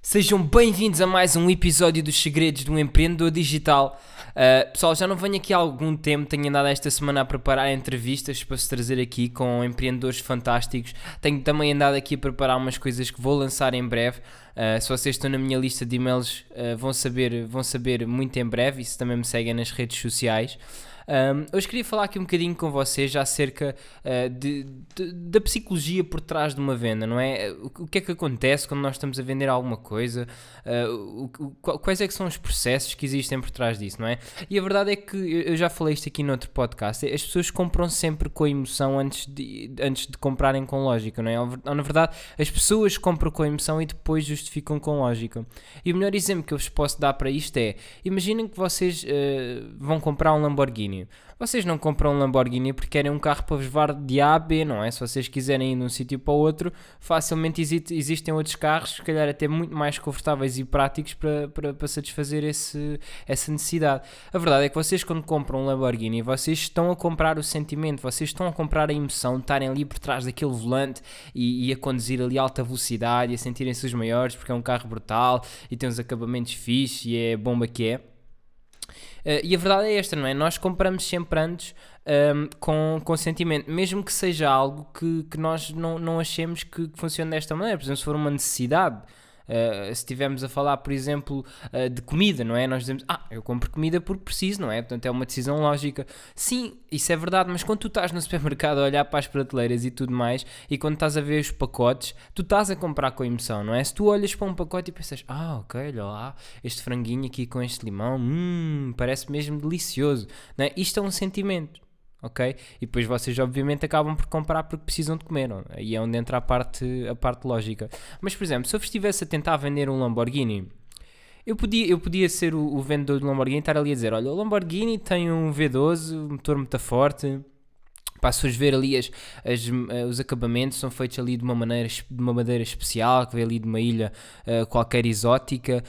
Sejam bem-vindos a mais um episódio dos Segredos do Empreendedor Digital. Pessoal, já não venho aqui há algum tempo, tenho andado esta semana a preparar entrevistas para se trazer aqui com empreendedores fantásticos. Tenho também andado aqui a preparar umas coisas que vou lançar em breve. Se vocês estão na minha lista de e-mails, vão saber muito em breve, e se também me seguem nas redes sociais. Hoje queria falar aqui um bocadinho com vocês acerca da psicologia por trás de uma venda, não é? O que é que acontece quando nós estamos a vender alguma coisa? Quais é que são os processos que existem por trás disso, não é? E a verdade é que, eu já falei isto aqui noutro podcast, as pessoas compram sempre com emoção antes de comprarem com lógica, não é? Na verdade, as pessoas compram com emoção e depois justificam com lógica. E o melhor exemplo que eu vos posso dar para isto é, imaginem que vocês vão comprar um Lamborghini. Vocês não compram um Lamborghini porque querem um carro para vos levar de A a B, não é? Se vocês quiserem ir de um sítio para o outro, facilmente existem outros carros, se calhar até muito mais confortáveis e práticos para satisfazer essa necessidade. A verdade é que vocês, quando compram um Lamborghini, vocês estão a comprar o sentimento, vocês estão a comprar a emoção de estarem ali por trás daquele volante e a conduzir ali a alta velocidade e a sentirem-se os maiores porque é um carro brutal e tem uns acabamentos fixes e é a bomba que é. E a verdade é esta, não é? Nós compramos sempre antes com sentimento, mesmo que seja algo que nós não achemos que funcione desta maneira. Por exemplo, se for uma necessidade, se estivermos a falar, por exemplo, de comida, não é? Nós dizemos, eu compro comida porque preciso, não é? Portanto, é uma decisão lógica. Sim, isso é verdade, mas quando tu estás no supermercado a olhar para as prateleiras e tudo mais, e quando estás a ver os pacotes, tu estás a comprar com emoção, não é? Se tu olhas para um pacote e pensas, ok, olha lá, este franguinho aqui com este limão, parece mesmo delicioso, não é? Isto é um sentimento. Ok? E depois vocês obviamente acabam por comprar porque precisam de comer, não? Aí é onde entra a parte lógica. Mas, por exemplo, se eu estivesse a tentar vender um Lamborghini, eu podia ser o vendedor do Lamborghini e estar ali a dizer, olha, o Lamborghini tem um V12, um motor muito forte. Para se ver ali os acabamentos são feitos ali de uma madeira especial que vem ali de uma ilha qualquer exótica.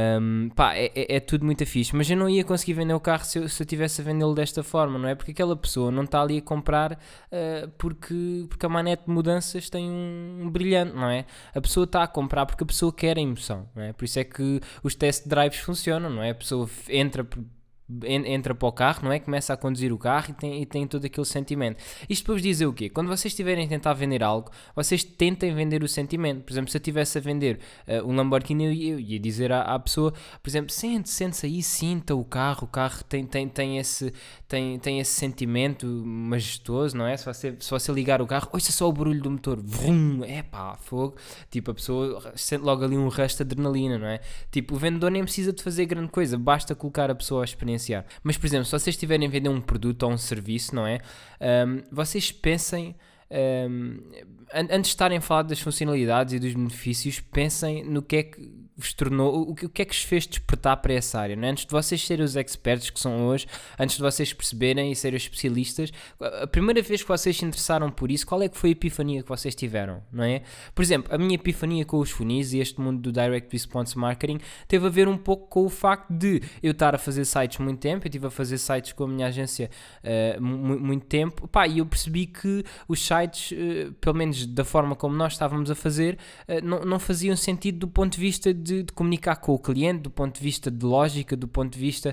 É tudo muito fixe, mas eu não ia conseguir vender o carro se eu estivesse a vendê-lo desta forma, não é? Porque aquela pessoa não está ali a comprar porque a manete de mudanças tem um brilhante, não é? A pessoa está a comprar porque a pessoa quer a emoção, não é? Por isso é que os test drives funcionam, não é? A pessoa entra para o carro, não é? Começa a conduzir o carro e tem todo aquele sentimento. Isto para vos dizer o quê? Quando vocês estiverem a tentar vender algo, vocês tentem vender o sentimento. Por exemplo, se eu estivesse a vender um Lamborghini, eu ia dizer à pessoa, por exemplo, sente-se aí, sinta o carro tem esse sentimento majestoso, não é? Se você ligar o carro, ouça só o barulho do motor, vrum, fogo, tipo, a pessoa sente logo ali um rush de adrenalina, não é? Tipo, o vendedor nem precisa de fazer grande coisa, basta colocar a pessoa a experienciar. Mas, por exemplo, se vocês estiverem a vender um produto ou um serviço, não é? Vocês pensem, antes de estarem a falar das funcionalidades e dos benefícios, pensem no que é que vos tornou, o que é que vos fez despertar para essa área, não é? Antes de vocês serem os experts que são hoje, antes de vocês perceberem e serem os especialistas, a primeira vez que vocês se interessaram por isso, qual é que foi a epifania que vocês tiveram, não é? Por exemplo, a minha epifania com os funis e este mundo do Direct Response Marketing teve a ver um pouco com o facto de eu estar a fazer sites muito tempo, eu estive a fazer sites com a minha agência muito tempo, e eu percebi que os sites, pelo menos da forma como nós estávamos a fazer, não faziam sentido do ponto de vista de comunicar com o cliente, do ponto de vista de lógica, do ponto de vista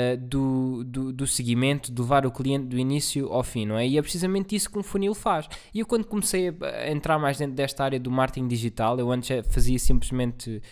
do seguimento, de levar o cliente do início ao fim, não é? E é precisamente isso que um funil faz. E eu, quando comecei a entrar mais dentro desta área do marketing digital, eu antes simplesmente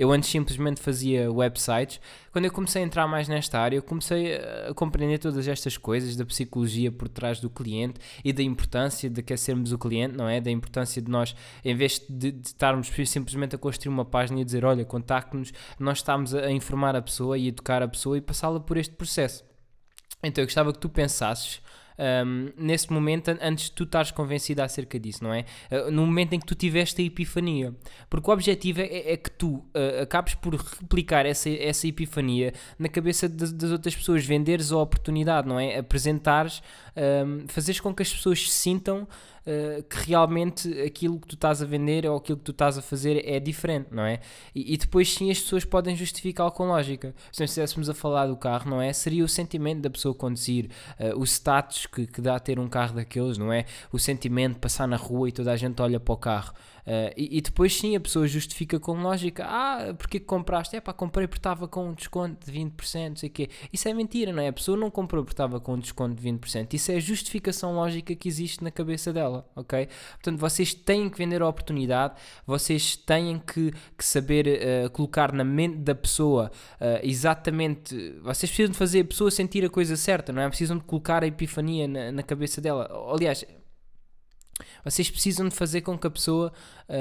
fazia websites. Quando eu comecei a entrar mais nesta área, eu comecei a compreender todas estas coisas da psicologia por trás do cliente e da importância de aquecermos o cliente, não é? Da importância de nós, em vez de estarmos simplesmente a construir uma página e dizer, olha, contacte-nos, nós estamos a informar a pessoa e educar a pessoa e passá-la por este processo. Então eu gostava que tu pensasses nesse momento, antes de tu estares convencido acerca disso, não é? No momento em que tu tiveste a epifania, porque o objetivo é que tu acabes por replicar essa epifania na cabeça das outras pessoas, venderes a oportunidade, não é? Apresentares, fazeres com que as pessoas se sintam que realmente aquilo que tu estás a vender ou aquilo que tu estás a fazer é diferente, não é? E depois sim as pessoas podem justificá-lo com lógica. Se estivéssemos a falar do carro, não é? Seria o sentimento da pessoa conduzir, o status que dá a ter um carro daqueles, não é? O sentimento de passar na rua e toda a gente olha para o carro. E depois sim, a pessoa justifica com lógica, porque que compraste? Comprei porque estava com um desconto de 20%, não sei o quê. Isso é mentira, não é? A pessoa não comprou porque estava com um desconto de 20%. Isso é a justificação lógica que existe na cabeça dela, ok? Portanto, vocês têm que vender a oportunidade, vocês têm que saber colocar na mente da pessoa exatamente, vocês precisam de fazer a pessoa sentir a coisa certa, não é? Precisam de colocar a epifania na cabeça dela. Aliás, vocês precisam de fazer com que a pessoa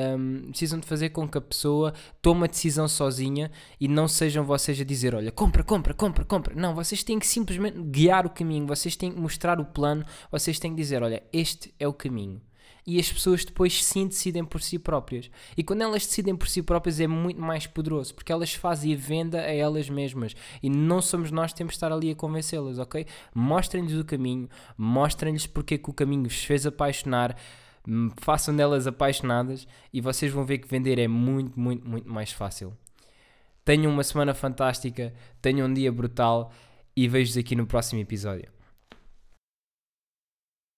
tome a decisão sozinha e não sejam vocês a dizer, olha, compra. Não, vocês têm que simplesmente guiar o caminho, vocês têm que mostrar o plano, vocês têm que dizer, olha, este é o caminho. E as pessoas depois sim decidem por si próprias. E quando elas decidem por si próprias é muito mais poderoso, porque elas fazem a venda a elas mesmas. E não somos nós que temos de estar ali a convencê-las, ok? Mostrem-lhes o caminho, mostrem-lhes porque é que o caminho vos fez apaixonar, façam delas apaixonadas e vocês vão ver que vender é muito, muito, muito mais fácil. Tenham uma semana fantástica, tenham um dia brutal e vejo-vos aqui no próximo episódio.